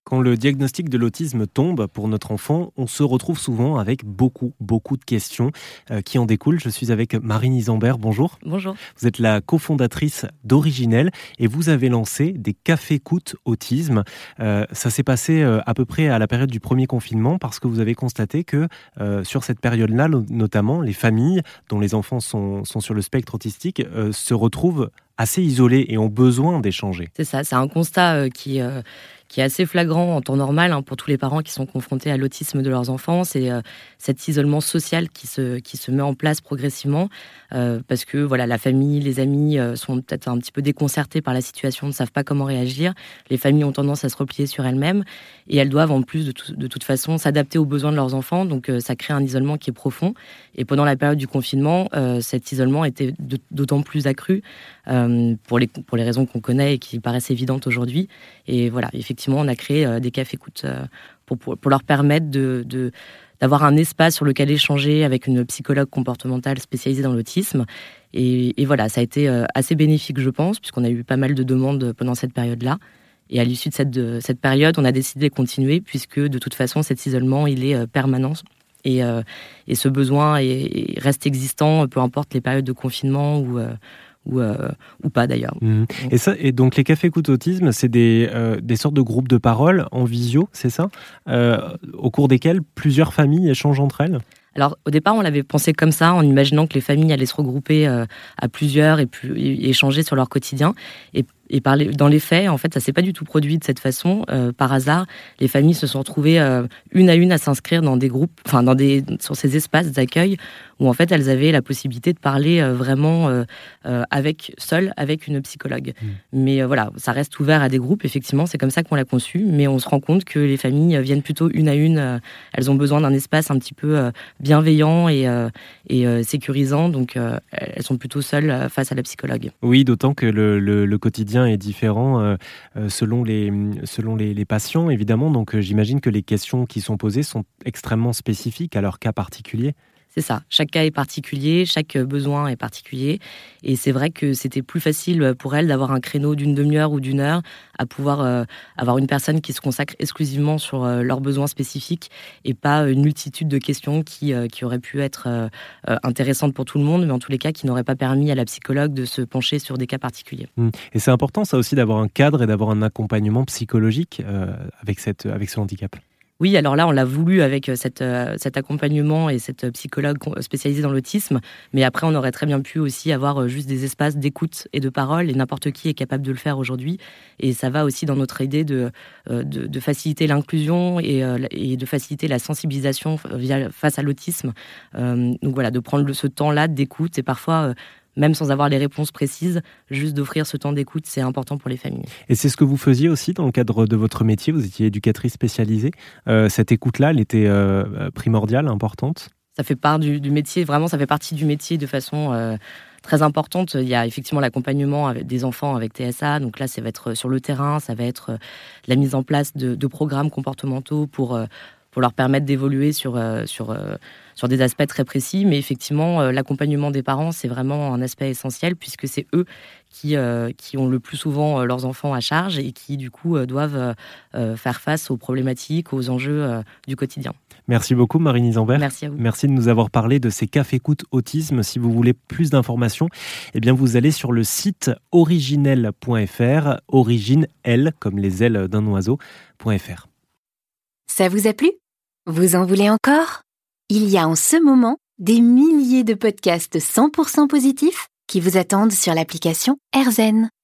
Quand le diagnostic de l'autisme tombe pour notre enfant, on se retrouve souvent avec beaucoup de questions qui en découlent. Je suis avec Marine Isambert, bonjour. Bonjour. Vous êtes la cofondatrice d'Originel et vous avez lancé des cafés-écoute autisme. Ça s'est passé à peu près à la période du premier confinement parce que vous avez constaté que sur cette période-là, notamment, les familles dont les enfants sont sur le spectre autistique se retrouvent assez isolés et ont besoin d'échanger. C'est ça, c'est un constat qui est assez flagrant en temps normal pour tous les parents qui sont confrontés à l'autisme de leurs enfants. C'est cet isolement social qui se met en place progressivement parce que voilà, la famille, les amis sont peut-être un petit peu déconcertés par la situation, ne savent pas comment réagir. Les familles ont tendance à se replier sur elles-mêmes et elles doivent en plus de toute façon s'adapter aux besoins de leurs enfants. Donc ça crée un isolement qui est profond. Et pendant la période du confinement, cet isolement était d'autant plus accru pour les raisons qu'on connaît et qui paraissent évidentes aujourd'hui. Et voilà, effectivement, on a créé des cafés-écoute pour leur permettre d'avoir un espace sur lequel échanger avec une psychologue comportementale spécialisée dans l'autisme. Et voilà, ça a été assez bénéfique, je pense, puisqu'on a eu pas mal de demandes pendant cette période-là. Et à l'issue de cette période, on a décidé de continuer, puisque de toute façon, cet isolement, il est permanent. Et ce besoin reste existant, peu importe les périodes de confinement ou pas d'ailleurs. Et donc les cafés-écoute autisme, c'est des sortes de groupes de parole en visio, c'est ça, au cours desquels plusieurs familles échangent entre elles? Alors, au départ, on l'avait pensé comme ça, en imaginant que les familles allaient se regrouper à plusieurs et échanger sur leur quotidien. Et dans les faits, en fait, ça s'est pas du tout produit de cette façon. Par hasard, les familles se sont retrouvées une à une à s'inscrire dans des groupes, sur ces espaces d'accueil où en fait elles avaient la possibilité de parler vraiment avec une psychologue. Mais voilà, ça reste ouvert à des groupes. Effectivement, c'est comme ça qu'on l'a conçu. Mais on se rend compte que les familles viennent plutôt une à une. Elles ont besoin d'un espace un petit peu bienveillant et sécurisant. Donc, elles sont plutôt seules face à la psychologue. Oui, d'autant que le quotidien est différent selon les patients, évidemment. Donc, j'imagine que les questions qui sont posées sont extrêmement spécifiques à leur cas particulier. C'est ça. Chaque cas est particulier, chaque besoin est particulier. Et c'est vrai que c'était plus facile pour elles d'avoir un créneau d'une demi-heure ou d'une heure à pouvoir avoir une personne qui se consacre exclusivement sur leurs besoins spécifiques et pas une multitude de questions qui auraient pu être intéressantes pour tout le monde, mais en tous les cas qui n'auraient pas permis à la psychologue de se pencher sur des cas particuliers. Et c'est important ça aussi d'avoir un cadre et d'avoir un accompagnement psychologique avec ce handicap. Oui, alors là, on l'a voulu avec cet accompagnement et cette psychologue spécialisée dans l'autisme. Mais après, on aurait très bien pu aussi avoir juste des espaces d'écoute et de parole. Et n'importe qui est capable de le faire aujourd'hui. Et ça va aussi dans notre idée de faciliter l'inclusion et de faciliter la sensibilisation face à l'autisme. Donc voilà, de prendre ce temps-là d'écoute et parfois... même sans avoir les réponses précises, juste d'offrir ce temps d'écoute, c'est important pour les familles. Et c'est ce que vous faisiez aussi dans le cadre de votre métier, vous étiez éducatrice spécialisée. Cette écoute-là, elle était primordiale, importante? Ça fait part du métier, vraiment, ça fait partie du métier de façon très importante. Il y a effectivement l'accompagnement des enfants avec TSA, donc là, ça va être sur le terrain, ça va être la mise en place de programmes comportementaux pour leur permettre d'évoluer sur des aspects très précis. Mais effectivement, l'accompagnement des parents, c'est vraiment un aspect essentiel puisque c'est eux qui ont le plus souvent leurs enfants à charge et qui, du coup, doivent faire face aux problématiques, aux enjeux du quotidien. Merci beaucoup, Marine Isambert. Merci à vous. Merci de nous avoir parlé de ces cafés-écoute autisme. Si vous voulez plus d'informations, eh bien vous allez sur le site originel.fr, origine, L, comme les ailes d'un oiseau.fr. Ça vous a plu ? Vous en voulez encore ? Il y a en ce moment des milliers de podcasts 100% positifs qui vous attendent sur l'application AirZen.